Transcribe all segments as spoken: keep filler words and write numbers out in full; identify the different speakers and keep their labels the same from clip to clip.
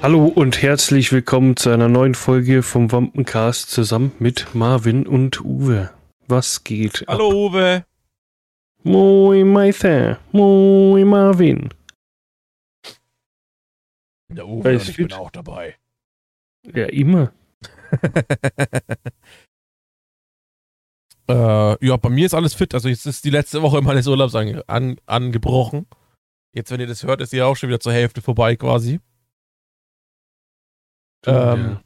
Speaker 1: Hallo und herzlich willkommen zu einer neuen Folge vom Wampencast zusammen mit Marvin und Uwe. Was geht
Speaker 2: Hallo
Speaker 1: ab?
Speaker 2: Uwe.
Speaker 1: Moin Maitha, moin Marvin.
Speaker 2: Der Uwe
Speaker 1: Alles
Speaker 2: und ich
Speaker 1: fit?
Speaker 2: bin auch dabei.
Speaker 1: Ja, immer.
Speaker 2: äh, ja, bei mir ist alles fit. Also jetzt ist die letzte Woche meines Urlaubs an, an, angebrochen. Jetzt, wenn ihr das hört, ist sie auch schon wieder zur Hälfte vorbei quasi. Ähm,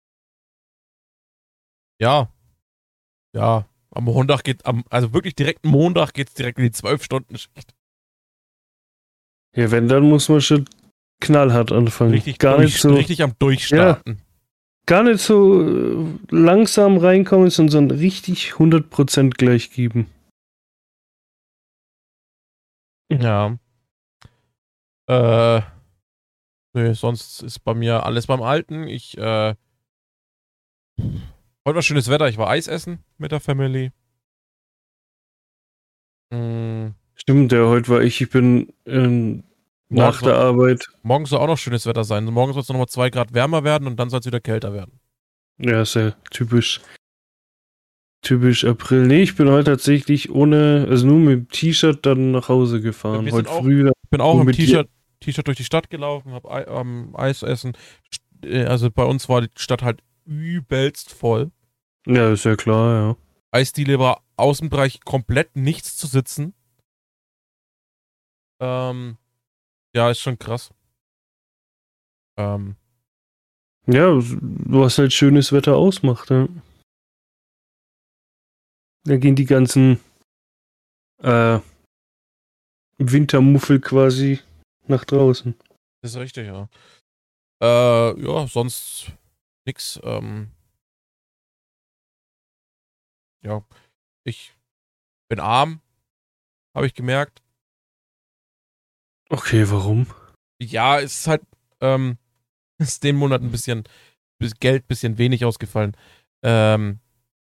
Speaker 2: ja. Ja. Am Montag geht, am, also wirklich direkt Montag geht's direkt in die zwölf-Stunden-Schicht.
Speaker 1: Ja, wenn, dann muss man schon knallhart anfangen.
Speaker 2: Richtig,
Speaker 1: gar
Speaker 2: durch,
Speaker 1: nicht so,
Speaker 2: richtig am Durchstarten.
Speaker 1: gar nicht so äh, langsam reinkommen, sondern richtig hundert Prozent gleich geben.
Speaker 2: Ja. Äh, nee, sonst ist bei mir alles beim Alten. Ich, äh, heute war schönes Wetter. Ich war Eis essen mit der Family. Mm,
Speaker 1: Stimmt, ja, heute war ich, ich bin ähm, nach
Speaker 2: Morgen
Speaker 1: der
Speaker 2: soll,
Speaker 1: Arbeit.
Speaker 2: morgen soll auch noch schönes Wetter sein. Morgen soll es nochmal zwei Grad wärmer werden und dann soll es wieder kälter werden.
Speaker 1: Ja, ist ja typisch. Typisch April. Nee, ich bin heute tatsächlich ohne, also nur mit dem T-Shirt dann nach Hause gefahren.
Speaker 2: Wir
Speaker 1: Heute
Speaker 2: sind auch,
Speaker 1: früh.
Speaker 2: ich bin auch
Speaker 1: nur
Speaker 2: im
Speaker 1: mit
Speaker 2: T-Shirt T-Shirt durch die Stadt gelaufen, hab Ei, ähm, Eis essen. St- äh, Also bei uns war die Stadt halt übelst voll.
Speaker 1: dir- Ja, ist ja klar, ja.
Speaker 2: Eisdiele war Außenbereich komplett nichts zu sitzen. Ähm, ja, ist schon krass. Ähm,
Speaker 1: Ja, was halt schönes Wetter ausmacht, ja. Da gehen die ganzen äh, Wintermuffel quasi nach draußen.
Speaker 2: ist richtig, ja. Äh, ja, sonst nix. Ähm, ja, ich bin arm, habe ich gemerkt.
Speaker 1: Okay, warum?
Speaker 2: Ja, es ist halt, ähm, ist den Monat ein bisschen, bis Geld ein bisschen wenig ausgefallen. Ähm,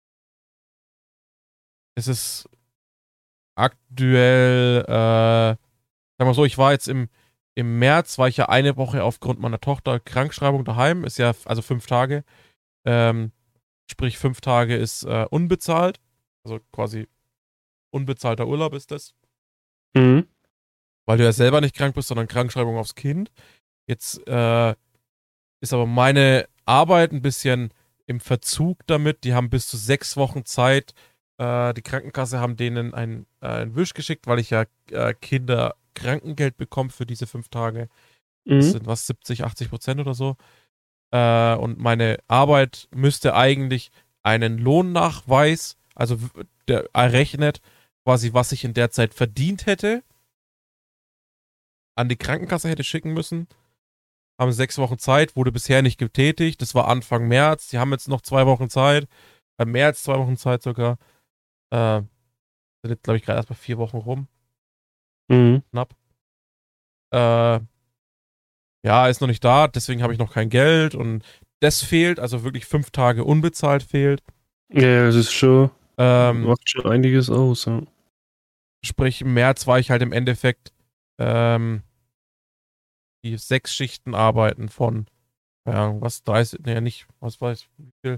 Speaker 2: es ist aktuell, äh, sagen wir so, ich war jetzt im, im März, war ich ja eine Woche aufgrund meiner Tochter Krankschreibung daheim, ist ja, also fünf Tage. Ähm, sprich, fünf Tage ist äh, unbezahlt, also quasi unbezahlter Urlaub ist das,
Speaker 1: Mhm.
Speaker 2: weil du ja selber nicht krank bist, sondern Krankschreibung aufs Kind. Jetzt äh, ist aber meine Arbeit ein bisschen im Verzug damit. Die haben bis zu sechs Wochen Zeit. Äh, die Krankenkasse haben denen einen, äh, einen Wisch geschickt, weil ich ja äh, Kinderkrankengeld bekomme für diese fünf Tage. Das
Speaker 1: Mhm.
Speaker 2: sind was, siebzig, achtzig Prozent oder so. Äh, und meine Arbeit müsste eigentlich einen Lohnnachweis, also w- der errechnet, quasi, was ich in der Zeit verdient hätte, an die Krankenkasse hätte schicken müssen. Haben sechs Wochen Zeit, wurde bisher nicht getätigt. Das war Anfang März. Die haben jetzt noch zwei Wochen Zeit. Äh, mehr als zwei Wochen Zeit sogar. Äh, sind jetzt, glaube ich, gerade erst mal vier Wochen rum.
Speaker 1: Mhm.
Speaker 2: Knapp. Äh, ja, ist noch nicht da, deswegen habe ich noch kein Geld und das fehlt, also wirklich fünf Tage unbezahlt fehlt.
Speaker 1: Ja, es ist schon,
Speaker 2: Ähm,
Speaker 1: macht schon einiges aus, ja.
Speaker 2: sprich, im März war ich halt im Endeffekt ähm, die sechs Schichten arbeiten von, ja, was, dreißig, nee, nicht, was weiß ich, wie viel?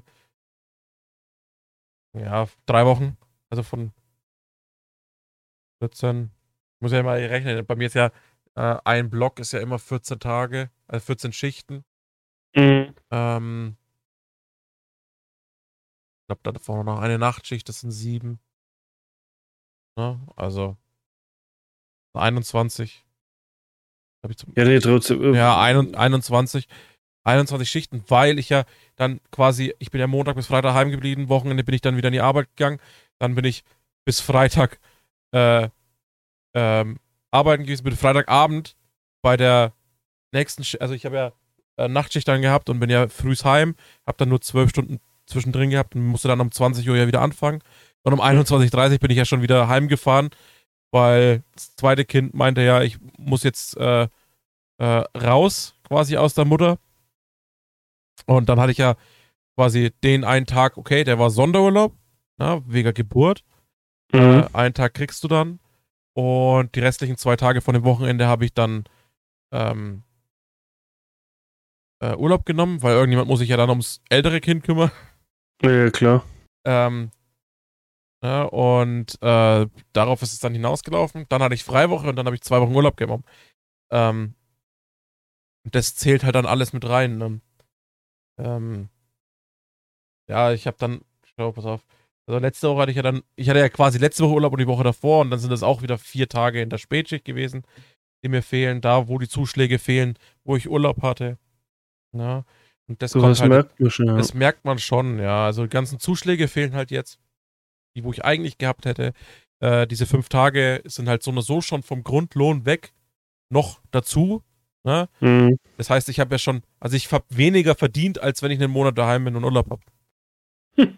Speaker 2: Ja, drei Wochen. Also von vierzehn. Muss ja mal rechnen. Bei mir ist ja äh, ein Block ist ja immer vierzehn Tage, also vierzehn Schichten.
Speaker 1: Mhm.
Speaker 2: Ähm, ich glaube, davor noch eine Nachtschicht, das sind sieben. Ne? Also einundzwanzig. Hab ich zum,
Speaker 1: Ja, nee, trotzdem.
Speaker 2: ja,
Speaker 1: Äh,
Speaker 2: einundzwanzig. einundzwanzig Schichten, weil ich ja dann quasi, ich bin ja Montag bis Freitag heimgeblieben, Wochenende bin ich dann wieder in die Arbeit gegangen, dann bin ich bis Freitag äh, ähm, arbeiten gewesen, bin Freitagabend bei der nächsten, Sch also ich habe ja äh, Nachtschicht dann gehabt und bin ja frühs heim, habe dann nur zwölf Stunden zwischendrin gehabt und musste dann um zwanzig Uhr ja wieder anfangen. Und um einundzwanzig Uhr dreißig bin ich ja schon wieder heimgefahren, weil das zweite Kind meinte ja, ich muss jetzt äh, äh, raus, quasi aus der Mutter. Und dann hatte ich ja quasi den einen Tag, okay, der war Sonderurlaub, na, wegen Geburt.
Speaker 1: mhm.
Speaker 2: Äh, einen Tag kriegst du dann. Und die restlichen zwei Tage von dem Wochenende habe ich dann ähm, äh, Urlaub genommen, weil irgendjemand muss sich ja dann ums ältere Kind kümmern.
Speaker 1: Ja, klar.
Speaker 2: Ähm, ja, und äh, darauf ist es dann hinausgelaufen. Dann hatte ich Freiwoche und dann habe ich zwei Wochen Urlaub genommen. Ähm, das zählt halt dann alles mit rein. Ne? Ähm, ja, ich habe dann, schau, pass auf. Also letzte Woche hatte ich ja dann, ich hatte ja quasi letzte Woche Urlaub und die Woche davor und dann sind das auch wieder vier Tage in der Spätschicht gewesen, die mir fehlen, da wo die Zuschläge fehlen, wo ich Urlaub hatte. Ja, und das
Speaker 1: So
Speaker 2: kommt
Speaker 1: was
Speaker 2: halt,
Speaker 1: merkt man schon, ja.
Speaker 2: das merkt man schon, ja. Also die ganzen Zuschläge fehlen halt jetzt, die wo ich eigentlich gehabt hätte. Äh, diese fünf Tage sind halt so oder so schon vom Grundlohn weg, noch dazu. Ne?
Speaker 1: Mhm.
Speaker 2: Das heißt, ich habe ja schon, also ich habe weniger verdient, als wenn ich einen Monat daheim bin und Urlaub habe.
Speaker 1: Hm.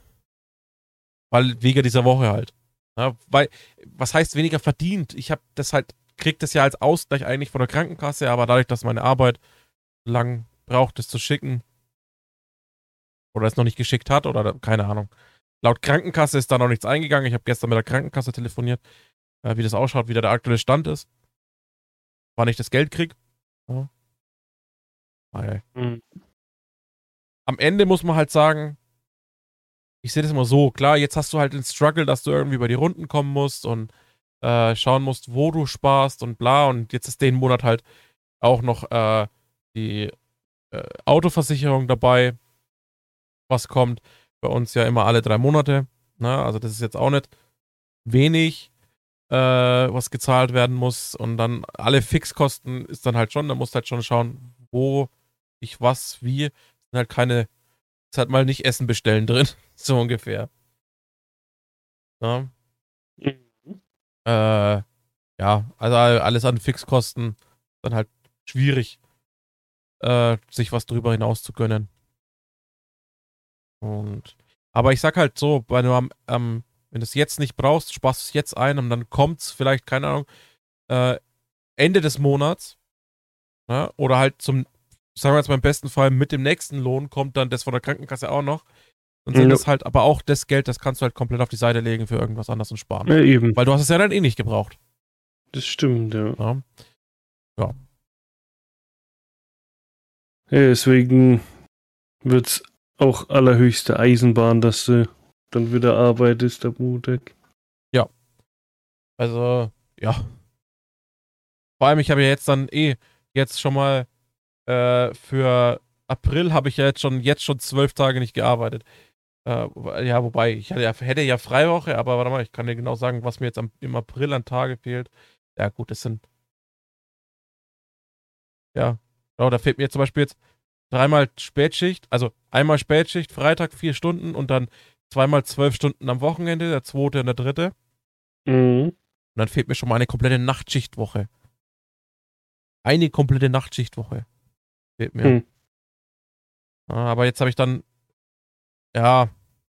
Speaker 2: Weil wegen dieser Woche halt. Ja, weil, was heißt weniger verdient? Ich habe das halt, krieg das ja als Ausgleich eigentlich von der Krankenkasse, aber dadurch, dass meine Arbeit lang braucht, es zu schicken oder es noch nicht geschickt hat oder keine Ahnung. Laut Krankenkasse ist da noch nichts eingegangen. Ich habe gestern mit der Krankenkasse telefoniert, äh, wie das ausschaut, wie da der aktuelle Stand ist. Wann ich das Geld krieg. Ja. Okay.
Speaker 1: Mhm.
Speaker 2: Am Ende muss man halt sagen, ich sehe das immer so, klar, jetzt hast du halt den Struggle, dass du irgendwie bei die Runden kommen musst und äh, schauen musst, wo du sparst und bla. Und jetzt ist den Monat halt auch noch äh, die äh, Autoversicherung dabei, was kommt. Bei uns ja immer alle drei Monate. Ne? Also das ist jetzt auch nicht wenig, äh, was gezahlt werden muss. Und dann alle Fixkosten ist dann halt schon, da musst du halt schon schauen, wo ich was, wie. Es sind halt keine, ist halt mal nicht Essen bestellen drin. So ungefähr. Ja.
Speaker 1: Mhm.
Speaker 2: Äh, ja, also alles an Fixkosten dann halt schwierig, äh, sich was drüber hinaus zu gönnen. Und, aber ich sag halt so, wenn du am, am wenn du es jetzt nicht brauchst, sparst du es jetzt ein und dann kommt's vielleicht, keine Ahnung, äh, Ende des Monats, ja, oder halt zum, sagen wir jetzt mal im besten Fall mit dem nächsten Lohn kommt dann das von der Krankenkasse auch noch. Dann sind
Speaker 1: Ja.
Speaker 2: das halt aber auch das Geld, das kannst du halt komplett auf die Seite legen für irgendwas anderes und sparen.
Speaker 1: Ja, eben.
Speaker 2: Weil du hast es ja dann eh nicht gebraucht.
Speaker 1: Das stimmt, ja.
Speaker 2: Ja. Ja.
Speaker 1: Ja, deswegen wird's auch allerhöchste Eisenbahn, dass du dann wieder arbeitest am Montag.
Speaker 2: Also, ja. Vor allem, ich habe ja jetzt dann eh jetzt schon mal äh, für April habe ich ja jetzt schon jetzt schon zwölf Tage nicht gearbeitet. Äh, ja, wobei, ich hatte ja, hätte ja Freiwoche, aber warte mal, ich kann dir genau sagen, was mir jetzt am, im April an Tage fehlt. Ja, gut, das sind. Ja. Genau, da fehlt mir zum Beispiel jetzt dreimal Spätschicht, also einmal Spätschicht, Freitag vier Stunden und dann zweimal zwölf Stunden am Wochenende, der zweite und der dritte.
Speaker 1: Mhm.
Speaker 2: Und dann fehlt mir schon mal eine komplette Nachtschichtwoche. Eine komplette Nachtschichtwoche fehlt mir.
Speaker 1: Hm.
Speaker 2: Ah, aber jetzt habe ich dann, ja,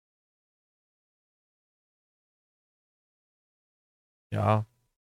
Speaker 2: ja.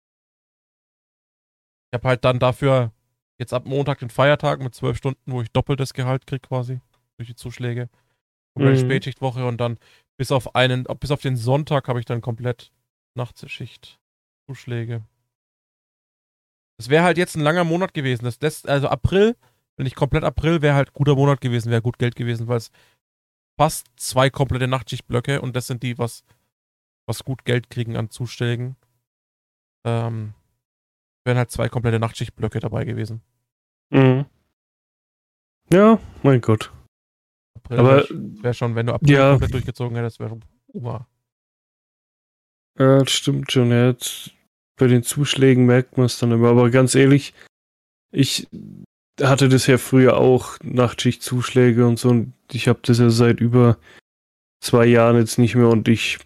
Speaker 2: Ich habe halt dann dafür jetzt ab Montag den Feiertag mit zwölf Stunden, wo ich doppeltes Gehalt kriege quasi durch die Zuschläge. Komplette
Speaker 1: Mhm.
Speaker 2: Spätschichtwoche und dann bis auf einen, bis auf den Sonntag habe ich dann komplett Nachtschicht Zuschläge. Das wäre halt jetzt ein langer Monat gewesen. Das, das, also April, wenn ich komplett April, wäre halt guter Monat gewesen, wäre gut Geld gewesen, weil es fast zwei komplette Nachtschichtblöcke und das sind die, was, was gut Geld kriegen an Zuschlägen. Ähm, wären halt zwei komplette Nachtschichtblöcke dabei gewesen.
Speaker 1: Mhm. Ja, mein Gott.
Speaker 2: April
Speaker 1: Aber
Speaker 2: wäre wär schon, wenn du April
Speaker 1: ja,
Speaker 2: komplett durchgezogen hättest, wäre Uah.
Speaker 1: ja, das stimmt schon. Ja, jetzt bei den Zuschlägen merkt man es dann immer. Aber ganz ehrlich, ich hatte das ja früher auch, Nachtschichtzuschläge und so. Und ich habe das ja seit über zwei Jahren jetzt nicht mehr. Und ich,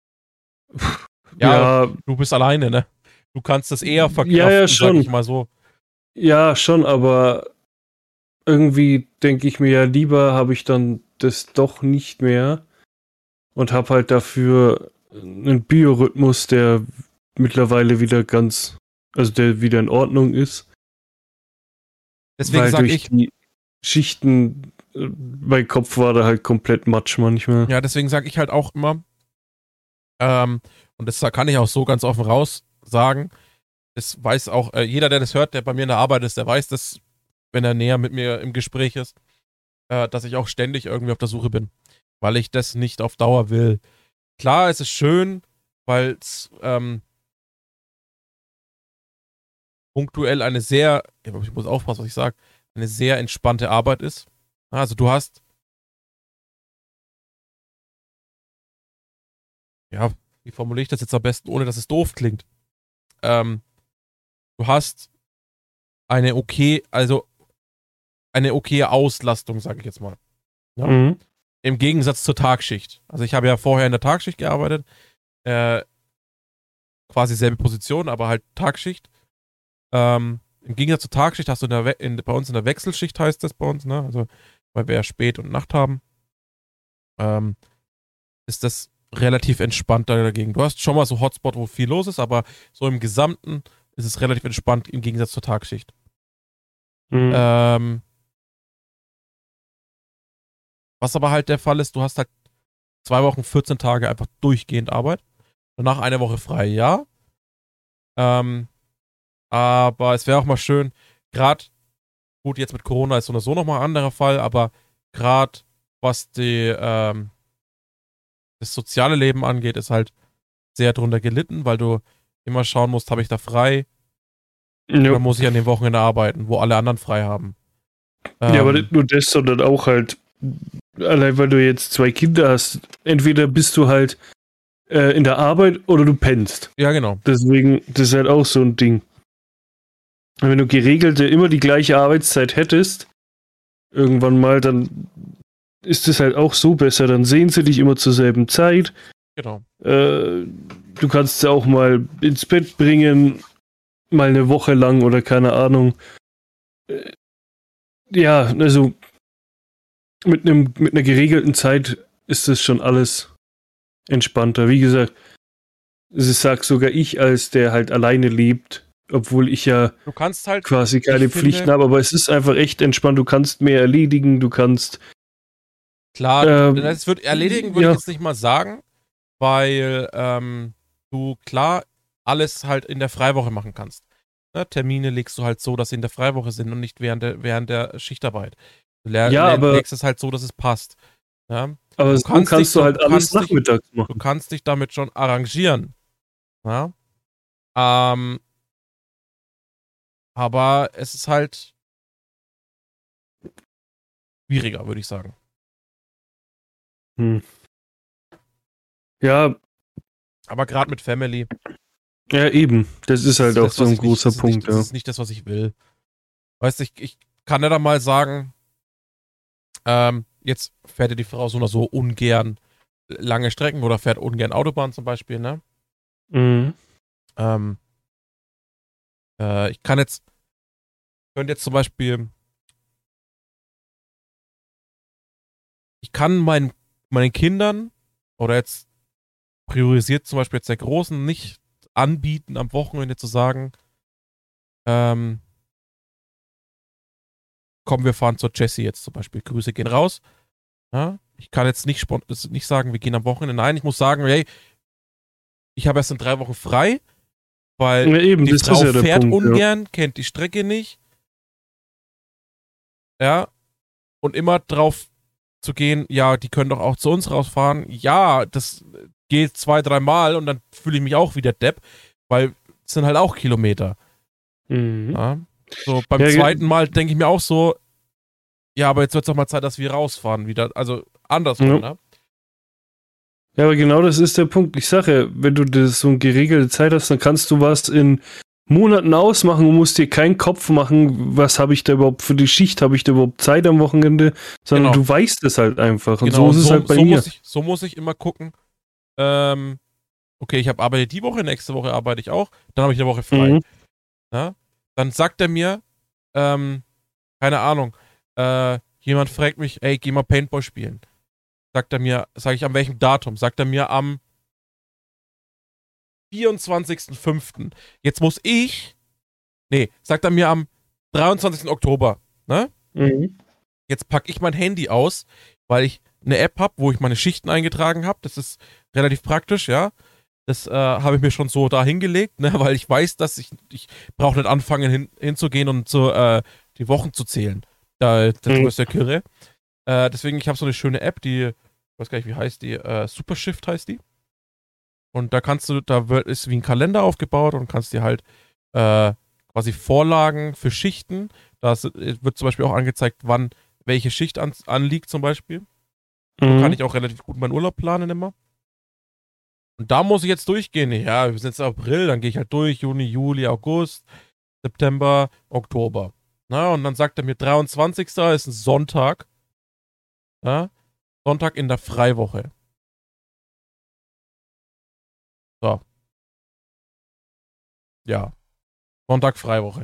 Speaker 2: Ja,
Speaker 1: ja,
Speaker 2: du bist alleine, ne? Du kannst das eher verkraften,
Speaker 1: ja, ja,
Speaker 2: sag
Speaker 1: schon.
Speaker 2: ich mal so.
Speaker 1: Ja, schon, aber irgendwie denke ich mir ja, lieber habe ich dann das doch nicht mehr und habe halt dafür einen Biorhythmus, der mittlerweile wieder ganz, also der wieder in Ordnung ist.
Speaker 2: Deswegen
Speaker 1: Weil
Speaker 2: sag
Speaker 1: durch
Speaker 2: ich,
Speaker 1: die Schichten, äh, mein Kopf war da halt komplett matsch manchmal.
Speaker 2: ja, deswegen sag ich halt auch immer, ähm, und das kann ich auch so ganz offen raus sagen, das weiß auch, äh, jeder, der das hört, der bei mir in der Arbeit ist, der weiß das, wenn er näher mit mir im Gespräch ist, äh, dass ich auch ständig irgendwie auf der Suche bin, weil ich das nicht auf Dauer will. Klar, es ist schön, weil es ähm, punktuell eine sehr, ich muss aufpassen, was ich sage, eine sehr entspannte Arbeit ist. Also du hast, ja, wie formuliere ich das jetzt am besten, ohne dass es doof klingt? Ähm, du hast eine okay, also eine okaye Auslastung, sage ich jetzt mal. Ja?
Speaker 1: Mhm.
Speaker 2: Im Gegensatz zur Tagschicht. Also ich habe ja vorher in der Tagschicht gearbeitet, äh, quasi selbe Position, aber halt Tagschicht. Ähm, im Gegensatz zur Tagschicht hast du in der We- in, bei uns in der Wechselschicht, heißt das bei uns, ne? Also weil wir ja Spät und Nacht haben, ähm, ist das relativ entspannt dagegen. Du hast schon mal so Hotspot, wo viel los ist, aber so im Gesamten ist es relativ entspannt im Gegensatz zur Tagschicht.
Speaker 1: Mhm.
Speaker 2: Ähm, was aber halt der Fall ist, du hast halt zwei Wochen, vierzehn Tage einfach durchgehend Arbeit. Danach eine Woche frei, ja. Ähm, aber es wäre auch mal schön, gerade, gut, jetzt mit Corona ist so oder so nochmal ein anderer Fall, aber gerade was die, ähm, das soziale Leben angeht, ist halt sehr drunter gelitten, weil du immer schauen musst, habe ich da frei
Speaker 1: Ja.
Speaker 2: oder muss ich an den Wochenende arbeiten, wo alle anderen frei haben. Ähm,
Speaker 1: Ja, aber nicht nur das, sondern auch halt, allein weil du jetzt zwei Kinder hast, entweder bist du halt äh, in der Arbeit oder du pennst.
Speaker 2: Ja, genau.
Speaker 1: Deswegen, das ist halt auch so ein Ding. Wenn du geregelte immer die gleiche Arbeitszeit hättest, irgendwann mal, dann ist es halt auch so besser. Dann sehen sie dich immer zur selben Zeit.
Speaker 2: Genau.
Speaker 1: Äh, du kannst sie auch mal ins Bett bringen, mal eine Woche lang oder keine Ahnung. Äh, ja, also mit einem mit einer geregelten Zeit ist das schon alles entspannter. Wie gesagt, das sag sogar ich, als der halt alleine lebt, obwohl ich ja
Speaker 2: Du kannst halt
Speaker 1: quasi keine
Speaker 2: ich
Speaker 1: Pflichten
Speaker 2: finde-
Speaker 1: habe, aber es ist einfach echt entspannt. Du kannst mehr erledigen, du kannst
Speaker 2: Klar,
Speaker 1: Ähm,
Speaker 2: das wird erledigen, würde
Speaker 1: ja.
Speaker 2: ich jetzt nicht mal sagen, weil ähm, du klar alles halt in der Freiwoche machen kannst. Ne? Termine legst du halt so, dass sie in der Freiwoche sind und nicht während der, während der Schichtarbeit. Du ler-
Speaker 1: Ja,
Speaker 2: le-
Speaker 1: aber-
Speaker 2: legst es halt so, dass es passt. Ja?
Speaker 1: aber
Speaker 2: Du
Speaker 1: so
Speaker 2: kannst
Speaker 1: kannst,
Speaker 2: dich
Speaker 1: du
Speaker 2: so-
Speaker 1: halt
Speaker 2: du
Speaker 1: alles
Speaker 2: kannst dich-
Speaker 1: nachmittags
Speaker 2: Du
Speaker 1: machen.
Speaker 2: kannst dich damit schon arrangieren. Ja? Ähm, aber es ist halt schwieriger, würde ich sagen.
Speaker 1: Hm. Ja,
Speaker 2: Aber gerade mit Family.
Speaker 1: ja, eben. Das ist halt
Speaker 2: das
Speaker 1: auch
Speaker 2: das,
Speaker 1: so
Speaker 2: was
Speaker 1: ein
Speaker 2: ich nicht-
Speaker 1: großer
Speaker 2: das ist
Speaker 1: Punkt.
Speaker 2: Nicht, das
Speaker 1: Ja.
Speaker 2: ist nicht das, was ich will. Weißt du, ich, ich kann ja da mal sagen, ähm, jetzt fährt ja die Frau so oder so ungern lange Strecken oder fährt ungern Autobahn zum Beispiel, ne?
Speaker 1: Mhm.
Speaker 2: Ähm, äh, ich kann jetzt, könnte jetzt zum Beispiel, ich kann meinen, meinen Kindern oder jetzt priorisiert zum Beispiel jetzt der Großen nicht anbieten, am Wochenende zu sagen, ähm, komm, wir fahren zur Jessie jetzt zum Beispiel. Grüße gehen raus. Ja? Ich kann jetzt nicht, spont- nicht sagen, wir gehen am Wochenende. Nein, ich muss sagen, hey, ich habe erst in drei Wochen frei, weil
Speaker 1: Ja, eben,
Speaker 2: die
Speaker 1: das
Speaker 2: Frau
Speaker 1: ist ja der
Speaker 2: fährt
Speaker 1: Punkt. Ja.
Speaker 2: ungern, kennt die Strecke nicht. Ja. Und immer drauf zu gehen, ja, die können doch auch zu uns rausfahren. Ja, das geht zwei, dreimal und dann fühle ich mich auch wieder Depp, weil es sind halt auch Kilometer.
Speaker 1: Mhm.
Speaker 2: Ja. So, beim
Speaker 1: Ja, ge-
Speaker 2: zweiten Mal denke ich mir auch so, ja, aber jetzt wird es doch mal Zeit, dass wir rausfahren wieder. Also andersrum,
Speaker 1: Ja.
Speaker 2: ne?
Speaker 1: Ja, aber genau das ist der Punkt. Ich sage, wenn du das so eine geregelte Zeit hast, dann kannst du was in Monaten ausmachen und musst dir keinen Kopf machen, was habe ich da überhaupt für die Schicht, habe ich da überhaupt Zeit am Wochenende, sondern
Speaker 2: Genau.
Speaker 1: du weißt es halt einfach. Und
Speaker 2: Genau,
Speaker 1: so ist es halt bei
Speaker 2: so
Speaker 1: mir.
Speaker 2: Muss ich, so muss ich immer gucken. Ähm, okay, ich habe arbeite die Woche, nächste Woche arbeite ich auch, dann habe ich eine Woche frei.
Speaker 1: Mhm.
Speaker 2: Ja? Dann sagt er mir, ähm, keine Ahnung, äh, jemand fragt mich, ey, geh mal Paintball spielen. Sagt er mir, sage ich, an welchem Datum? Sagt er mir am vierundzwanzigsten fünften Jetzt muss ich, nee, sagt er mir am dreiundzwanzigsten Oktober, ne?
Speaker 1: Mhm.
Speaker 2: Jetzt packe ich mein Handy aus, weil ich eine App habe, wo ich meine Schichten eingetragen habe. Das ist relativ praktisch, ja. Das äh, habe ich mir schon so da hingelegt, ne, weil ich weiß, dass ich, ich brauche nicht anfangen hin, hinzugehen und so äh, die Wochen zu zählen. Da, da
Speaker 1: Mhm.
Speaker 2: du bist ja kirre. Äh, deswegen, ich habe so eine schöne App, die, ich weiß gar nicht, wie heißt die, äh, Supershift heißt die. Und da kannst du, da wird, ist wie ein Kalender aufgebaut und kannst dir halt äh, quasi Vorlagen für Schichten. Da wird zum Beispiel auch angezeigt, wann welche Schicht an, anliegt zum Beispiel. So
Speaker 1: Mhm.
Speaker 2: kann ich auch relativ gut meinen Urlaub planen immer. Und da muss ich jetzt durchgehen. Ja, wir sind jetzt April, dann gehe ich halt durch. Juni, Juli, August, September, Oktober. Na, und dann sagt er mir, dreiundzwanzigster ist ein Sonntag. Ja, Sonntag in der Freiwoche. So. Ja. Sonntag Freiwoche.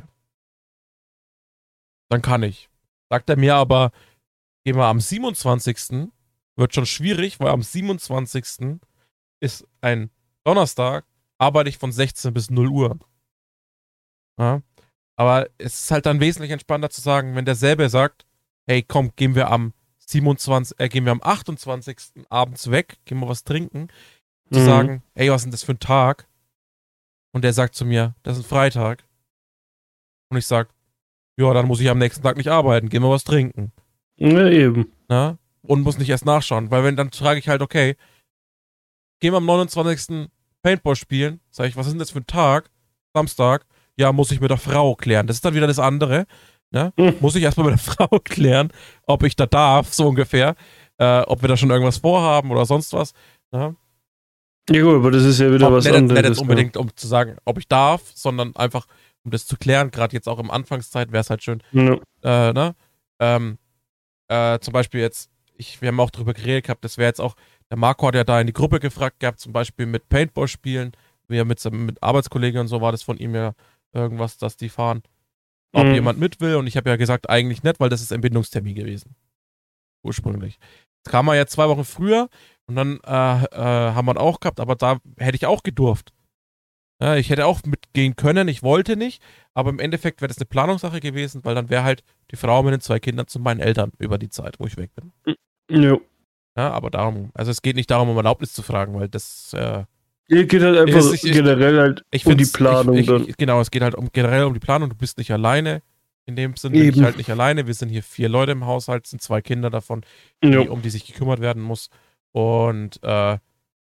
Speaker 2: Dann kann ich. Sagt er mir aber, gehen wir am siebenundzwanzigsten Wird schon schwierig, weil am siebenundzwanzigsten ist ein Donnerstag, arbeite ich von sechzehn bis null Uhr. Ja? Aber es ist halt dann wesentlich entspannter zu sagen, wenn derselbe sagt, hey, komm, gehen wir am siebenundzwanzigsten, äh, gehen wir am achtundzwanzigsten abends weg, gehen wir was trinken, zu
Speaker 1: Mhm.
Speaker 2: sagen, ey, was ist denn das für ein Tag? Und der sagt zu mir, das ist ein Freitag. Und ich sag, ja, dann muss ich am nächsten Tag nicht arbeiten, gehen wir was trinken.
Speaker 1: Ja, eben.
Speaker 2: Na? Und muss nicht erst nachschauen, weil wenn, dann frage ich halt, okay, gehen wir am neunundzwanzigsten Paintball spielen, sag ich, was ist denn das für ein Tag? Samstag, ja, muss ich mit der Frau klären. Das ist dann wieder das andere, ne?
Speaker 1: Mhm.
Speaker 2: Muss ich erstmal mit der Frau klären, ob ich da darf, so ungefähr, äh, ob wir da schon irgendwas vorhaben oder sonst was, ne?
Speaker 1: Ja gut, aber das ist ja wieder
Speaker 2: Ob,
Speaker 1: was
Speaker 2: nicht,
Speaker 1: anderes.
Speaker 2: nicht jetzt unbedingt, um zu sagen, ob ich darf, sondern einfach, um das zu klären, gerade jetzt auch im Anfangszeit wäre es halt schön,
Speaker 1: Ja.
Speaker 2: äh, ne? Ähm, äh, zum Beispiel jetzt, ich, wir haben auch drüber geredet gehabt, das wäre jetzt auch, der Marco hat ja da in die Gruppe gefragt gehabt, zum Beispiel mit Paintball spielen, wie er mit, mit Arbeitskollegen und so war das von ihm ja irgendwas, dass die fahren, ob
Speaker 1: Mhm.
Speaker 2: jemand mit will, und ich habe ja gesagt, eigentlich nicht, weil das ist Entbindungstermin gewesen. Ursprünglich. Jetzt kam er ja zwei Wochen früher und dann äh, äh, haben wir ihn auch gehabt, aber da hätte ich auch gedurft. Ja, ich hätte auch mitgehen können, ich wollte nicht, aber im Endeffekt wäre das eine Planungssache gewesen, weil dann wäre halt die Frau mit den zwei Kindern zu meinen Eltern über die Zeit, wo ich weg bin.
Speaker 1: Ja.
Speaker 2: Ja, aber darum, also es geht nicht darum, um Erlaubnis zu fragen, weil das, äh,
Speaker 1: Hier geht halt einfach
Speaker 2: Ich- ich-
Speaker 1: generell halt
Speaker 2: ich
Speaker 1: um die
Speaker 2: find's-
Speaker 1: Planung
Speaker 2: ich, ich,
Speaker 1: dann.
Speaker 2: ich, genau, es geht halt um generell um die Planung, du bist nicht alleine. In dem Sinn bin
Speaker 1: Eben.
Speaker 2: ich halt nicht alleine. Wir sind hier vier Leute im Haushalt, sind zwei Kinder davon, die,
Speaker 1: Ja.
Speaker 2: um die sich gekümmert werden muss. Und äh,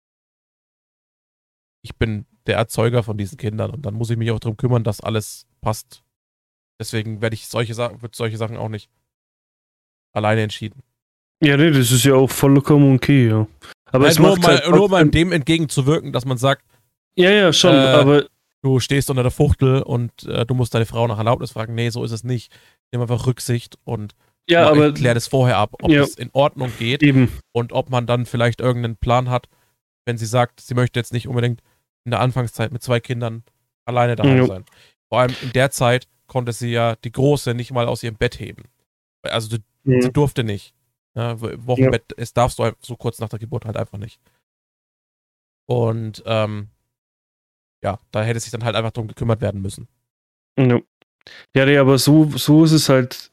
Speaker 2: ich bin der Erzeuger von diesen Kindern und dann muss ich mich auch darum kümmern, dass alles passt. Deswegen werde ich solche Sachen, wird solche Sachen auch nicht alleine entschieden.
Speaker 1: Ja, nee, das ist ja auch vollkommen okay, ja. Aber
Speaker 2: Nein,
Speaker 1: es
Speaker 2: nur,
Speaker 1: macht
Speaker 2: mal,
Speaker 1: halt
Speaker 2: nur mal
Speaker 1: trotzdem-
Speaker 2: dem entgegenzuwirken, dass man sagt,
Speaker 1: Ja, ja, schon,
Speaker 2: äh,
Speaker 1: aber
Speaker 2: du stehst unter der Fuchtel und äh, du musst deine Frau nach Erlaubnis fragen. Nee, so ist es nicht. Nimm einfach Rücksicht und
Speaker 1: ja, aber
Speaker 2: klär das vorher ab, ob
Speaker 1: Ja.
Speaker 2: es in Ordnung geht
Speaker 1: eben.
Speaker 2: und ob man dann vielleicht irgendeinen Plan hat, wenn sie sagt, sie möchte jetzt nicht unbedingt in der Anfangszeit mit zwei Kindern alleine daheim
Speaker 1: Ja.
Speaker 2: sein. Vor allem in der Zeit konnte sie ja die Große nicht mal aus ihrem Bett heben. Also die, sie
Speaker 1: Mhm.
Speaker 2: durfte nicht. Ja, Wochenbett, es darfst du so kurz nach der Geburt halt einfach nicht. Und ähm, ja, da hätte sich dann halt einfach drum gekümmert werden müssen.
Speaker 1: Ja, ja, nee, aber so, so ist es halt.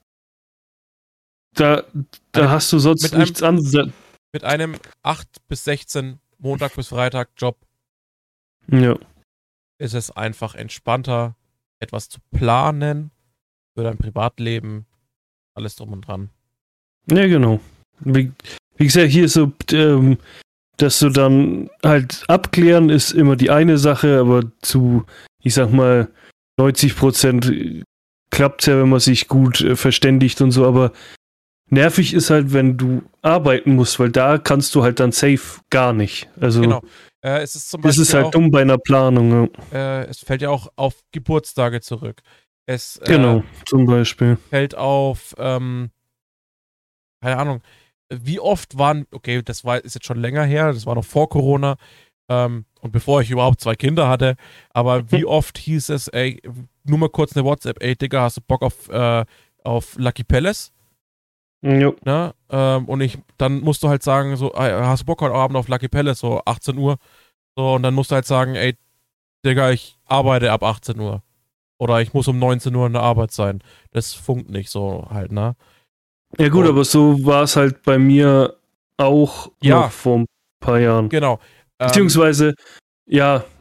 Speaker 1: Da, da
Speaker 2: Eine-
Speaker 1: hast du sonst
Speaker 2: mit einem-
Speaker 1: nichts anderes.
Speaker 2: Mit einem acht bis sechzehn Montag bis Freitag Job
Speaker 1: Ja.
Speaker 2: ist es einfach entspannter, etwas zu planen für dein Privatleben, alles drum und dran.
Speaker 1: Ja, genau. Wie, wie gesagt, hier ist so, ähm, dass du dann halt abklären ist immer die eine Sache, aber zu, ich sag mal, neunzig Prozent klappt es ja, wenn man sich gut äh, verständigt und so, aber nervig ist halt, wenn du arbeiten musst, weil da kannst du halt dann safe gar nicht. Also,
Speaker 2: Genau. Äh, es ist zum
Speaker 1: das
Speaker 2: Beispiel
Speaker 1: ist halt
Speaker 2: auch,
Speaker 1: dumm bei einer Planung. Ja.
Speaker 2: äh, es fällt ja auch auf Geburtstage zurück. Es äh,
Speaker 1: Genau, zum Beispiel.
Speaker 2: fällt auf, ähm, keine Ahnung, wie oft waren, okay, das war, ist jetzt schon länger her, das war noch vor Corona, ähm, und bevor ich überhaupt zwei Kinder hatte, aber wie oft hieß es, ey, nur mal kurz eine WhatsApp, ey, Digga, hast du Bock auf, äh, auf Lucky Palace?
Speaker 1: Ja.
Speaker 2: Ne? Ähm, und ich, dann musst du halt sagen, so, ey, hast du Bock heute Abend auf Lucky Palace, so achtzehn Uhr? So, und dann musst du halt sagen, ey, Digga, ich arbeite ab achtzehn Uhr. Oder ich muss um neunzehn Uhr in der Arbeit sein. Das funkt nicht so halt, ne?
Speaker 1: Ja gut,
Speaker 2: Und-
Speaker 1: aber so war es halt bei mir auch
Speaker 2: Ja.
Speaker 1: noch vor ein paar Jahren.
Speaker 2: Genau. Ähm,
Speaker 1: Beziehungsweise, ja,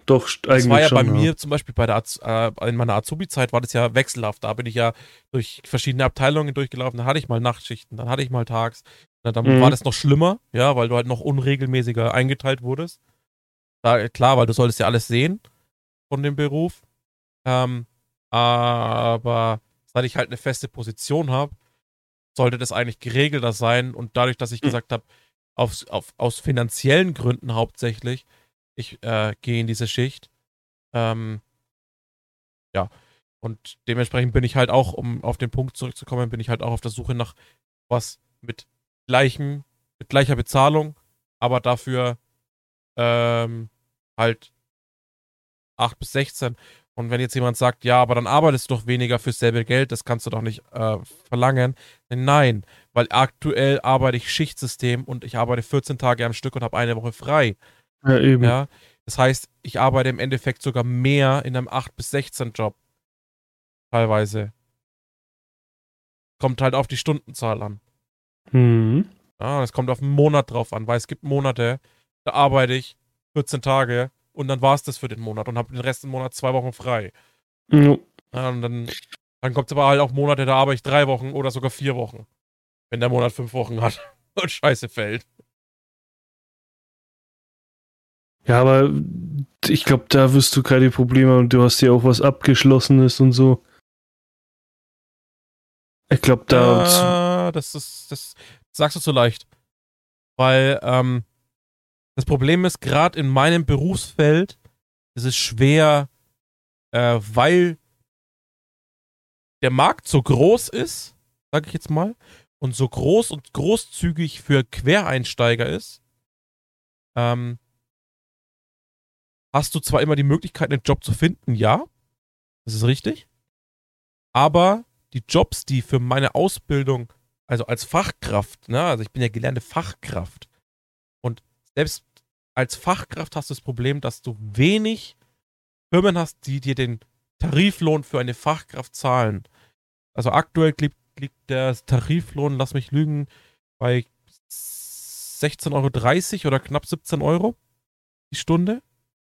Speaker 1: doch, st-
Speaker 2: Das
Speaker 1: eigentlich
Speaker 2: war ja
Speaker 1: schon.
Speaker 2: bei
Speaker 1: ja.
Speaker 2: mir zum Beispiel bei der Az äh, in meiner Azubi-Zeit war das ja wechselhaft. Da bin ich ja durch verschiedene Abteilungen durchgelaufen. Da hatte ich mal Nachtschichten, dann hatte ich mal tags. Na, dann
Speaker 1: Mhm.
Speaker 2: war das noch schlimmer, ja, weil du halt noch unregelmäßiger eingeteilt wurdest. Da, klar, weil du solltest ja alles sehen von dem Beruf. Ähm, aber seit ich halt eine feste Position habe, sollte das eigentlich geregelter sein. Und dadurch, dass ich
Speaker 1: Mhm.
Speaker 2: gesagt habe, auf, auf, aus finanziellen Gründen hauptsächlich, ich äh, gehe in diese Schicht. Ähm, ja. Und dementsprechend bin ich halt auch, um auf den Punkt zurückzukommen, bin ich halt auch auf der Suche nach was mit gleichem, mit gleicher Bezahlung, aber dafür ähm, halt acht bis sechzehn. Und wenn jetzt jemand sagt, ja, aber dann arbeitest du doch weniger fürs selbe Geld, das kannst du doch nicht äh, verlangen. Nein, weil aktuell arbeite ich Schichtsystem und ich arbeite vierzehn Tage am Stück und habe eine Woche frei.
Speaker 1: Ja, eben.
Speaker 2: Ja, das heißt, ich arbeite im Endeffekt sogar mehr in einem acht bis sechzehn Job. Teilweise. Kommt halt auf die Stundenzahl an.
Speaker 1: Mhm.
Speaker 2: Ja, es kommt auf den Monat drauf an, weil es gibt Monate, da arbeite ich vierzehn Tage und dann war es das für den Monat und habe den Rest im Monat zwei Wochen frei.
Speaker 1: Ja.
Speaker 2: Ja, und dann, dann kommt es aber halt auch Monate, da arbeite ich drei Wochen oder sogar vier Wochen. Wenn der Monat fünf Wochen hat und scheiße fällt.
Speaker 1: Ja, aber ich glaube, da wirst du keine Probleme und du hast ja auch was Abgeschlossenes und so. Ich glaube, da.
Speaker 2: Äh, das ist, das sagst du zu leicht. Weil, ähm, das Problem ist, gerade in meinem Berufsfeld, es ist schwer, äh, weil der Markt so groß ist, sag ich jetzt mal, und so groß und großzügig für Quereinsteiger ist, ähm, hast du zwar immer die Möglichkeit, einen Job zu finden, ja, das ist richtig, aber die Jobs, die für meine Ausbildung, also als Fachkraft, ne, also ich bin ja gelernte Fachkraft, und selbst als Fachkraft hast du das Problem, dass du wenig Firmen hast, die dir den Tariflohn für eine Fachkraft zahlen. Also aktuell liegt, liegt der Tariflohn, lass mich lügen, bei sechzehn Euro dreißig oder knapp siebzehn Euro die Stunde.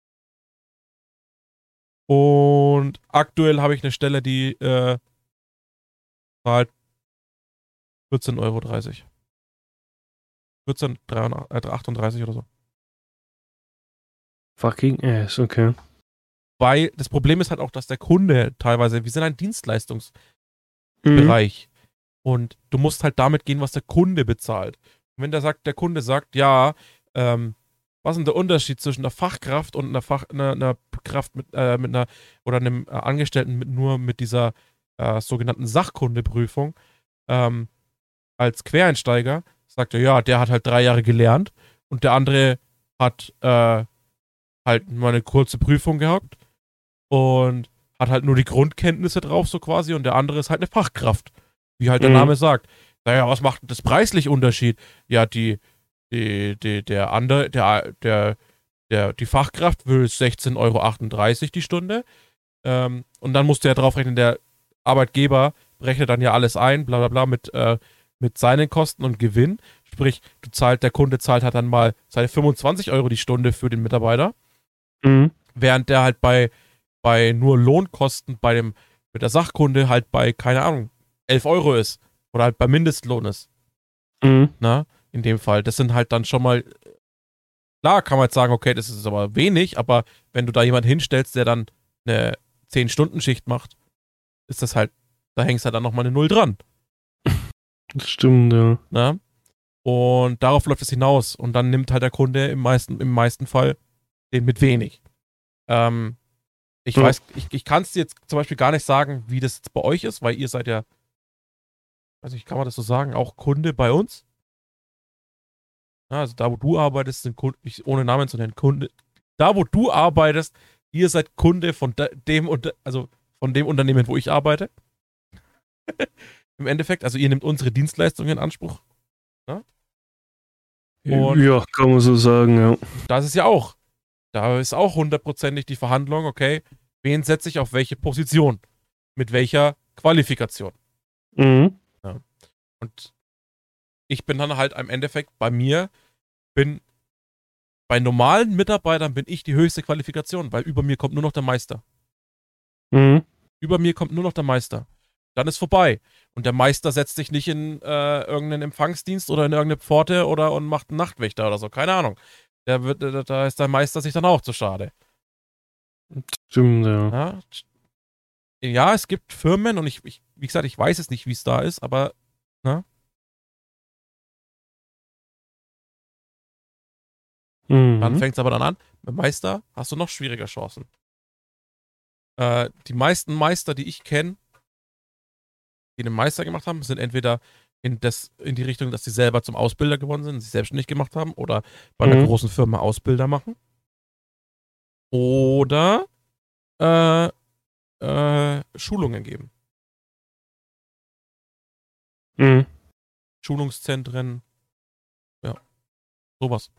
Speaker 2: Und aktuell habe ich eine Stelle, die äh, zahlt vierzehn Euro dreißig. vierzehn achtunddreißig oder so.
Speaker 1: Fucking ass, okay.
Speaker 2: Weil das Problem ist halt auch, dass der Kunde teilweise, wir sind ein Dienstleistungsbereich
Speaker 1: Mhm.
Speaker 2: und du musst halt damit gehen, was der Kunde bezahlt. Und wenn der sagt, der Kunde sagt, ja, ähm, was ist denn der Unterschied zwischen einer Fachkraft und einer Fach, einer, einer Kraft mit, äh, mit einer, oder einem äh, Angestellten mit nur mit dieser äh, sogenannten Sachkundeprüfung, ähm, als Quereinsteiger, sagt er, ja, der hat halt drei Jahre gelernt und der andere hat äh, halt mal eine kurze Prüfung gehabt und hat halt nur die Grundkenntnisse drauf, so quasi, und der andere ist halt eine Fachkraft, wie halt der
Speaker 1: Mhm.
Speaker 2: Name sagt. Naja, was macht denn das preislich Unterschied? Ja, die, die, die, der andere, der, der, der, die Fachkraft will sechzehn Euro achtunddreißig die Stunde. Ähm, und dann musst du ja drauf rechnen, der Arbeitgeber berechnet dann ja alles ein, bla bla bla, mit, äh, mit seinen Kosten und Gewinn. Sprich, du zahlt, der Kunde zahlt halt dann mal seine fünfundzwanzig Euro die Stunde für den Mitarbeiter,
Speaker 1: Mhm.
Speaker 2: während der halt bei, bei nur Lohnkosten bei dem, mit der Sachkunde halt bei, keine Ahnung, elf Euro ist. Oder halt bei Mindestlohn ist.
Speaker 1: Mhm.
Speaker 2: Na, in dem Fall. Das sind halt dann schon mal, klar kann man jetzt sagen, okay, das ist aber wenig, aber wenn du da jemanden hinstellst, der dann eine zehn-Stunden-Schicht macht, ist das halt, da hängst halt dann nochmal eine Null dran.
Speaker 1: Das stimmt, ja.
Speaker 2: Na? Und darauf läuft es hinaus. Und dann nimmt halt der Kunde im meisten, im meisten Fall den mit wenig. Ähm, ich
Speaker 1: Ja.
Speaker 2: weiß, ich, ich kann es dir jetzt zum Beispiel gar nicht sagen, wie das jetzt bei euch ist, weil ihr seid ja, weiß nicht, kann man das so sagen, auch Kunde bei uns. Ja, also da, wo du arbeitest, sind Kunden, ich, ohne Namen zu nennen, Kunde. Da, wo du arbeitest, ihr seid Kunde von de, dem, also von dem Unternehmen, wo ich arbeite. Im Endeffekt, also ihr nehmt unsere Dienstleistungen in Anspruch. Ne? Und
Speaker 1: Ja, kann man so sagen, ja.
Speaker 2: da ist es ja auch. Da ist auch hundertprozentig die Verhandlung, okay, wen setze ich auf welche Position? Mit welcher Qualifikation?
Speaker 1: Mhm.
Speaker 2: Ja. Und ich bin dann halt im Endeffekt bei mir, bin bei normalen Mitarbeitern bin ich die höchste Qualifikation, weil über mir kommt nur noch der Meister.
Speaker 1: Mhm.
Speaker 2: Über mir kommt nur noch der Meister. Dann ist vorbei. Und der Meister setzt sich nicht in äh, irgendeinen Empfangsdienst oder in irgendeine Pforte oder und macht einen Nachtwächter oder so. Keine Ahnung. Der wird, da ist der Meister sich dann auch zu schade.
Speaker 1: Stimmt, ja.
Speaker 2: Ja, ja, es gibt Firmen und ich, ich, wie gesagt, ich weiß es nicht, wie es da ist, aber, ne?
Speaker 1: Mhm.
Speaker 2: Dann fängt es aber dann an. Mit Meister hast du noch schwieriger Chancen. Äh, die meisten Meister, die ich kenne, die einen Meister gemacht haben, sind entweder in, das, in die Richtung, dass sie selber zum Ausbilder geworden sind, sich selbstständig gemacht haben oder bei einer
Speaker 1: Mhm.
Speaker 2: großen Firma Ausbilder machen. Oder äh, äh, Schulungen geben.
Speaker 1: Mhm.
Speaker 2: Schulungszentren. Ja. Sowas.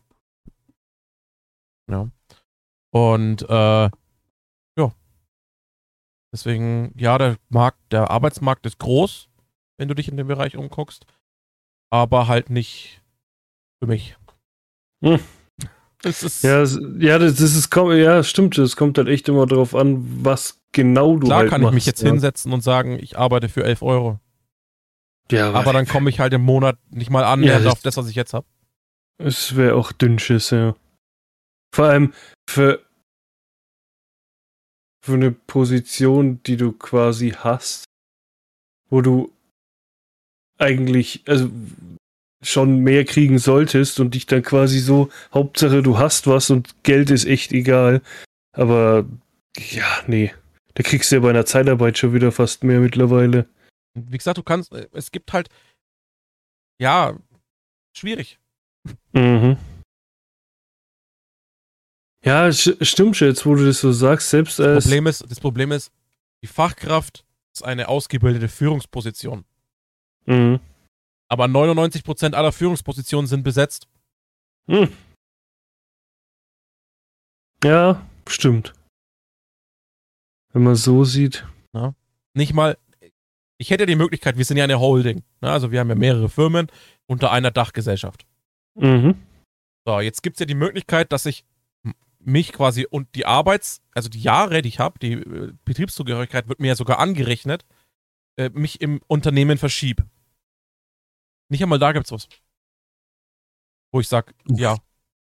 Speaker 2: Ja. Und äh, ja. Deswegen, ja, der Markt, der Arbeitsmarkt ist groß, wenn du dich in dem Bereich umguckst. Aber halt nicht für mich.
Speaker 1: Hm.
Speaker 2: Es ist
Speaker 1: Ja, es- ja, das, das ist komm, ja, stimmt, es kommt halt echt immer darauf an, was genau du
Speaker 2: klar
Speaker 1: halt
Speaker 2: kann
Speaker 1: machst.
Speaker 2: ich mich jetzt
Speaker 1: ja.
Speaker 2: hinsetzen und sagen, ich arbeite für elf Euro.
Speaker 1: Ja,
Speaker 2: Aber dann komme ich halt im Monat nicht mal annähernd
Speaker 1: Ja, das-
Speaker 2: auf das, was ich jetzt habe.
Speaker 1: es wäre auch Dünnschiss, ja. Vor allem für, für eine Position, die du quasi hast, wo du eigentlich, also schon mehr kriegen solltest und dich dann quasi so, Hauptsache du hast was und Geld ist echt egal. Aber ja, nee. Da kriegst du ja bei einer Zeitarbeit schon wieder fast mehr mittlerweile.
Speaker 2: Wie gesagt, du kannst, äh, es gibt halt, ja, schwierig.
Speaker 1: Mhm. Ja, sch- stimmt schon, jetzt wo du das so sagst, selbst
Speaker 2: Das
Speaker 1: als.
Speaker 2: Problem ist, das Problem ist, die Fachkraft ist eine ausgebildete Führungsposition.
Speaker 1: Mhm.
Speaker 2: Aber neunundneunzig Prozent aller Führungspositionen sind besetzt.
Speaker 1: Hm. Ja, stimmt. Wenn man so sieht.
Speaker 2: Ja. Nicht mal, ich hätte die Möglichkeit, wir sind ja eine Holding. Ne? Also wir haben ja mehrere Firmen unter einer Dachgesellschaft.
Speaker 1: Mhm.
Speaker 2: So, jetzt gibt es ja die Möglichkeit, dass ich m- mich quasi und die Arbeits-, also die Jahre, die ich habe, die äh, Betriebszugehörigkeit wird mir ja sogar angerechnet, äh, mich im Unternehmen verschiebe. Nicht einmal da gibt's was. Wo ich sage,
Speaker 1: Uff.
Speaker 2: ja.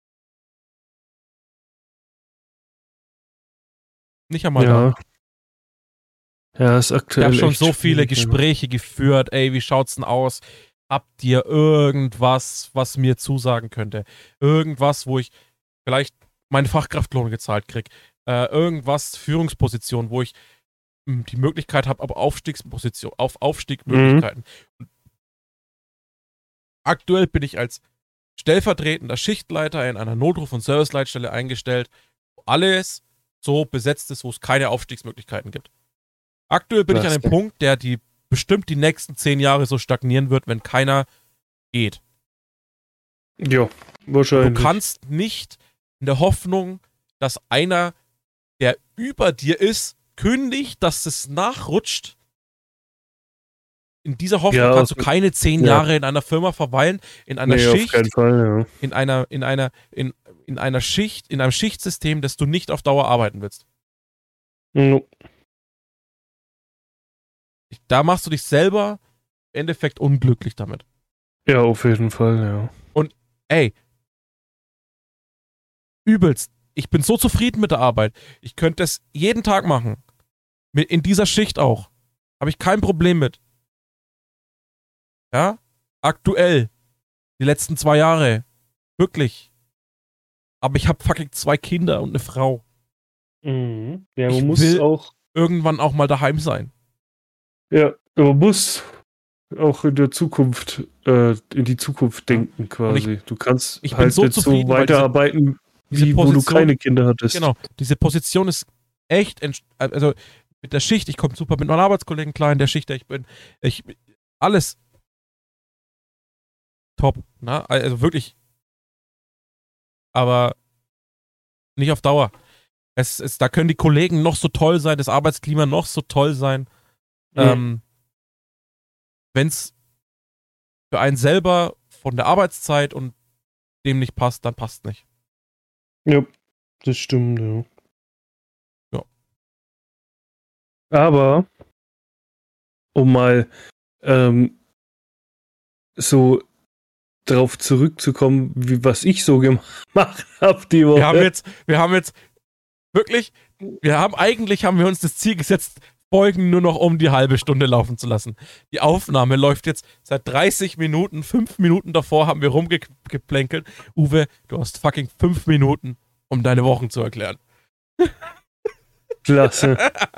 Speaker 2: Nicht einmal
Speaker 1: Ja.
Speaker 2: da.
Speaker 1: Ja, ist
Speaker 2: Ich
Speaker 1: aktuell.
Speaker 2: habe schon
Speaker 1: echt
Speaker 2: so viele
Speaker 1: schwierig, ja.
Speaker 2: Gespräche geführt, ey, wie schaut's denn aus? Habt ihr irgendwas, was mir zusagen könnte? Irgendwas, wo ich vielleicht meinen Fachkraftlohn gezahlt krieg? Äh, irgendwas, Führungsposition, wo ich mh, die Möglichkeit habe, auf Aufstiegsposition, auf Aufstiegsmöglichkeiten. Und aktuell bin ich als stellvertretender Schichtleiter in einer Notruf- und Serviceleitstelle eingestellt, wo alles so besetzt ist, wo es keine Aufstiegsmöglichkeiten gibt. Aktuell bin ich an
Speaker 1: Krass,
Speaker 2: dem Punkt, der die bestimmt die nächsten zehn Jahre so stagnieren wird, wenn keiner geht.
Speaker 1: Ja,
Speaker 2: Und
Speaker 1: wahrscheinlich.
Speaker 2: du kannst nicht in der Hoffnung, dass einer, der über dir ist, kündigt, dass es nachrutscht. In dieser Hoffnung
Speaker 1: Ja,
Speaker 2: kannst du
Speaker 1: auf-
Speaker 2: keine zehn
Speaker 1: ja.
Speaker 2: Jahre in einer Firma verweilen, in einer
Speaker 1: Nee, auf
Speaker 2: Schicht,
Speaker 1: keinen Fall,
Speaker 2: in einer, in einer, in, in einer Schicht, in einem Schichtsystem, das du nicht auf Dauer arbeiten willst.
Speaker 1: ja. No.
Speaker 2: Da machst du dich selber im Endeffekt unglücklich damit.
Speaker 1: Ja, auf jeden Fall, ja.
Speaker 2: Ey, übelst. Ich bin so zufrieden mit der Arbeit. Ich könnte es jeden Tag machen. Mit, in dieser Schicht auch. Habe ich kein Problem mit. Ja? Aktuell. Die letzten zwei Jahre. Wirklich. Aber ich habe fucking zwei Kinder und eine Frau.
Speaker 1: Mhm. Ja,
Speaker 2: Ich
Speaker 1: man muss
Speaker 2: will-
Speaker 1: auch.
Speaker 2: Irgendwann auch mal daheim sein.
Speaker 1: Ja, man muss auch in der Zukunft, äh, in die Zukunft denken quasi. du kannst
Speaker 2: ich bin
Speaker 1: halt
Speaker 2: so
Speaker 1: nicht
Speaker 2: zufrieden,
Speaker 1: so
Speaker 2: weil diese-
Speaker 1: weiterarbeiten,
Speaker 2: diese
Speaker 1: wie wo du
Speaker 2: Position-
Speaker 1: keine Kinder hattest.
Speaker 2: Genau. Diese Position ist echt, ents- also mit der Schicht, ich komme super mit meinen Arbeitskollegen klar in der Schicht, der ich bin. Ich, alles top. Na? Also wirklich. Aber nicht auf Dauer. Es, es, da können die Kollegen noch so toll sein, das Arbeitsklima noch so toll sein.
Speaker 1: Mhm.
Speaker 2: Ähm, Wenn es für einen selber von der Arbeitszeit und dem nicht passt, dann passt nicht.
Speaker 1: Ja, das stimmt, ja.
Speaker 2: Ja.
Speaker 1: Aber, um mal ähm, so drauf zurückzukommen, wie was ich so gemacht habe die Woche.
Speaker 2: Wir haben jetzt, wir haben jetzt wirklich, wir haben eigentlich haben wir uns das Ziel gesetzt, Folgen nur noch um die halbe Stunde laufen zu lassen. Die Aufnahme läuft jetzt seit dreißig Minuten, fünf Minuten davor haben wir rumgeplänkelt. Uwe, du hast fucking fünf Minuten, um deine Wochen zu erklären.
Speaker 1: Klasse.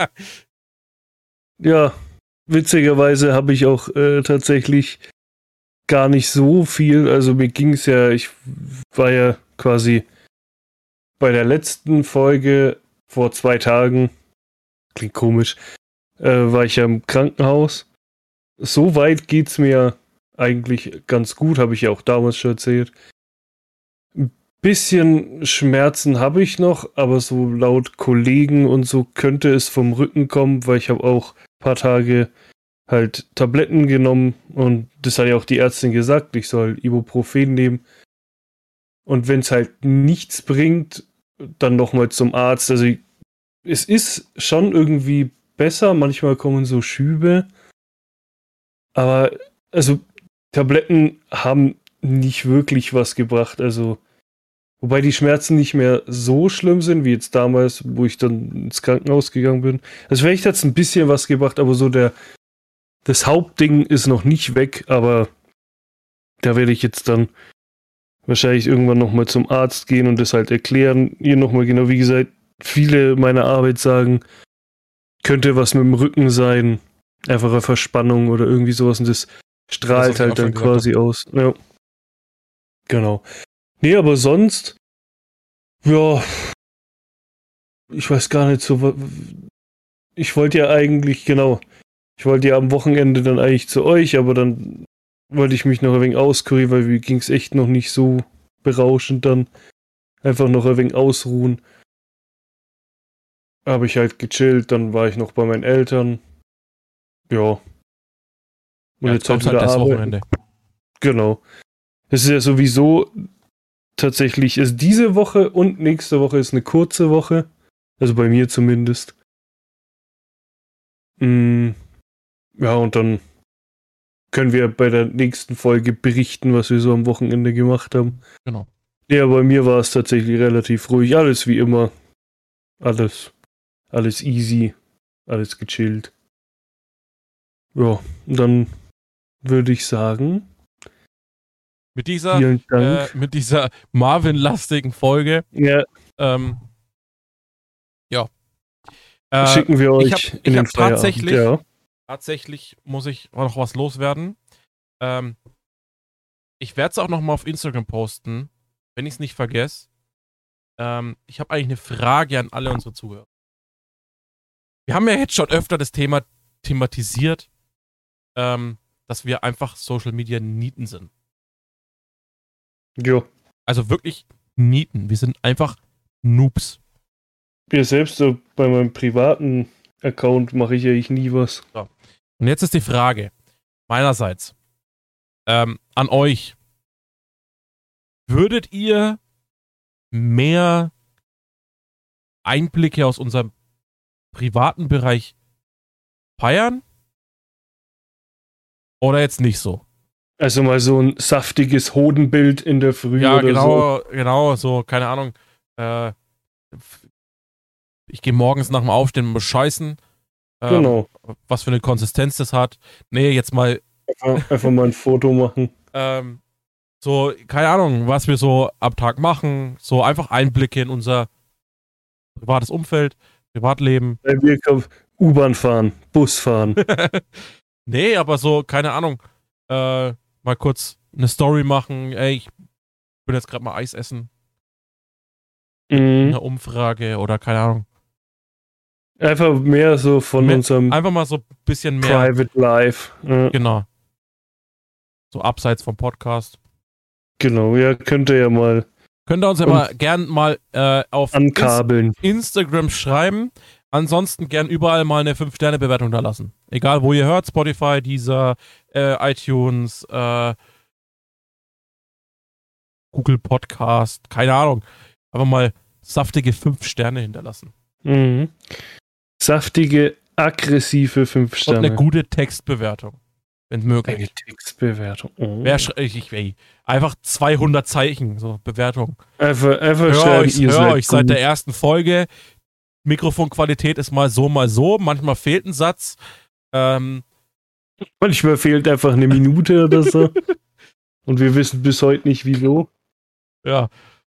Speaker 1: Ja, witzigerweise habe ich auch äh, tatsächlich gar nicht so viel, also mir ging es ja, ich war ja quasi bei der letzten Folge vor zwei Tagen, klingt komisch, äh, war ich ja im Krankenhaus. So weit geht's mir eigentlich ganz gut, habe ich ja auch damals schon erzählt. Ein bisschen Schmerzen habe ich noch, aber so laut Kollegen und so könnte es vom Rücken kommen, weil ich habe auch ein paar Tage halt Tabletten genommen und das hat ja auch die Ärztin gesagt, ich soll Ibuprofen nehmen. Und wenn es halt nichts bringt, dann nochmal zum Arzt. Also es ist schon irgendwie besser, manchmal kommen so Schübe, aber also Tabletten haben nicht wirklich was gebracht. Also wobei die Schmerzen nicht mehr so schlimm sind, wie jetzt damals, wo ich dann ins Krankenhaus gegangen bin. Also vielleicht hat es ein bisschen was gebracht, aber so der das Hauptding ist noch nicht weg, aber da werde ich jetzt dann wahrscheinlich irgendwann nochmal zum Arzt gehen und das halt erklären. Ihr nochmal genau, wie gesagt, viele meiner Arbeit sagen, könnte was mit dem Rücken sein, einfache Verspannung oder irgendwie sowas und das strahlt
Speaker 2: Das, was ich
Speaker 1: halt
Speaker 2: auch schon
Speaker 1: dann
Speaker 2: gesagt
Speaker 1: quasi
Speaker 2: habe.
Speaker 1: aus. Ja. Genau. Nee, aber sonst, ja, ich weiß gar nicht so, wa- ich wollte ja eigentlich, genau, ich wollte ja am Wochenende dann eigentlich zu euch, aber dann wollte ich mich noch ein wenig auskurieren, weil mir ging es echt noch nicht so berauschend dann. Einfach noch ein wenig ausruhen. Habe ich halt gechillt, dann war ich noch bei meinen Eltern. Ja. Und
Speaker 2: Ja,
Speaker 1: jetzt
Speaker 2: jetzt
Speaker 1: halt
Speaker 2: kommt halt
Speaker 1: wieder
Speaker 2: das
Speaker 1: arbeiten.
Speaker 2: Wochenende.
Speaker 1: Genau. Es ist ja sowieso tatsächlich, ist diese Woche und nächste Woche ist eine kurze Woche. Also bei mir zumindest. Mm, ja, und dann können wir bei der nächsten Folge berichten, was wir so am Wochenende gemacht haben.
Speaker 2: Genau.
Speaker 1: Ja, bei mir war es tatsächlich relativ ruhig. Alles wie immer. Alles. Alles easy. Alles gechillt. Ja, und dann würde ich sagen,
Speaker 2: Mit dieser,
Speaker 1: vielen
Speaker 2: äh,
Speaker 1: Dank.
Speaker 2: mit dieser Marvin-lastigen Folge,
Speaker 1: Ja,
Speaker 2: ähm, ja. Äh,
Speaker 1: schicken wir
Speaker 2: ich
Speaker 1: euch
Speaker 2: habe
Speaker 1: in
Speaker 2: ich hab
Speaker 1: den Feierabend.
Speaker 2: tatsächlich,
Speaker 1: Ja.
Speaker 2: tatsächlich muss ich noch was loswerden. Ähm, ich werde es auch noch mal auf Instagram posten, wenn ich es nicht vergesse. Ähm, ich habe eigentlich eine Frage an alle unsere Zuhörer. Wir haben ja jetzt schon öfter das Thema thematisiert, ähm, dass wir einfach Social Media Nieten sind.
Speaker 1: Jo.
Speaker 2: Also wirklich Nieten. Wir sind einfach Noobs.
Speaker 1: Wir selbst so bei meinem privaten Account mache ich eigentlich nie was.
Speaker 2: Und jetzt ist die Frage meinerseits ähm, an euch. Würdet ihr mehr Einblicke aus unserem privaten Bereich feiern? Oder jetzt nicht so?
Speaker 1: Also mal so ein saftiges Hodenbild in der Früh
Speaker 2: Ja,
Speaker 1: oder
Speaker 2: genau,
Speaker 1: so.
Speaker 2: genau, so, keine Ahnung. Äh, ich gehe morgens nach dem Aufstehen mal scheißen. Ähm,
Speaker 1: Genau.
Speaker 2: Was für eine Konsistenz das hat. Nee, jetzt mal
Speaker 1: Einfach, einfach mal ein Foto machen.
Speaker 2: ähm, so, keine Ahnung, was wir so am Tag machen. So einfach Einblicke in unser privates Umfeld, Privatleben.
Speaker 1: Bei mir kommt U-Bahn fahren, Bus fahren.
Speaker 2: Nee, aber so, keine Ahnung, äh, mal kurz eine Story machen. Ey, ich bin jetzt gerade mal Eis essen.
Speaker 1: Mhm.
Speaker 2: Eine Umfrage oder keine Ahnung.
Speaker 1: Einfach mehr so von
Speaker 2: Mehr,
Speaker 1: unserem
Speaker 2: einfach mal so ein bisschen mehr.
Speaker 1: Private Life. Ja,
Speaker 2: Genau. So abseits vom Podcast.
Speaker 1: genau, ja, könnt ihr ja mal
Speaker 2: Könnt ihr uns ja
Speaker 1: Und-
Speaker 2: mal gern mal äh, auf Inst-
Speaker 1: ankabeln.
Speaker 2: Instagram schreiben. Ansonsten gern überall mal eine fünf Sterne Bewertung da lassen. Egal, wo ihr hört, Spotify, Deezer, äh, iTunes, äh, Google Podcast, keine Ahnung. einfach mal saftige fünf Sterne hinterlassen.
Speaker 1: Mhm. Saftige, aggressive fünf
Speaker 2: Und
Speaker 1: Sterne.
Speaker 2: eine gute Textbewertung. Wenn möglich.
Speaker 1: Eine Textbewertung. Oh.
Speaker 2: Wer schrei- ich, ich, einfach zweihundert Zeichen, so Bewertung.
Speaker 1: Einfach, einfach
Speaker 2: Hör
Speaker 1: schreiben,
Speaker 2: euch,
Speaker 1: ihr
Speaker 2: hör
Speaker 1: seid
Speaker 2: euch seit
Speaker 1: gut.
Speaker 2: der ersten Folge. Mikrofonqualität ist mal so, mal so. Manchmal fehlt ein Satz. Ähm,
Speaker 1: Manchmal fehlt einfach eine Minute oder so. Und wir wissen bis heute nicht, wieso.
Speaker 2: ja,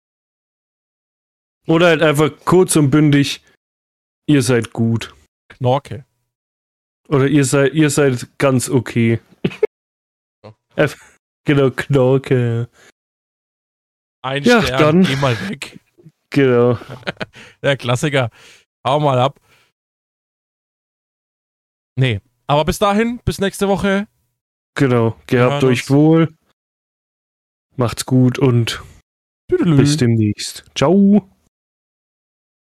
Speaker 1: Oder halt einfach kurz und bündig, ihr seid gut.
Speaker 2: Knorke.
Speaker 1: Oder ihr seid, ihr seid ganz okay.
Speaker 2: Ja.
Speaker 1: Einfach, genau, Knorke.
Speaker 2: Ein
Speaker 1: Ja,
Speaker 2: Stern,
Speaker 1: dann.
Speaker 2: geh mal weg.
Speaker 1: Genau.
Speaker 2: Der Klassiker. Hau mal ab. Nee, aber bis dahin, bis nächste Woche.
Speaker 1: Genau.
Speaker 2: Wir
Speaker 1: Gehabt
Speaker 2: hören
Speaker 1: euch
Speaker 2: uns.
Speaker 1: wohl. Macht's gut und
Speaker 2: Tüdelü.
Speaker 1: bis demnächst. Ciao.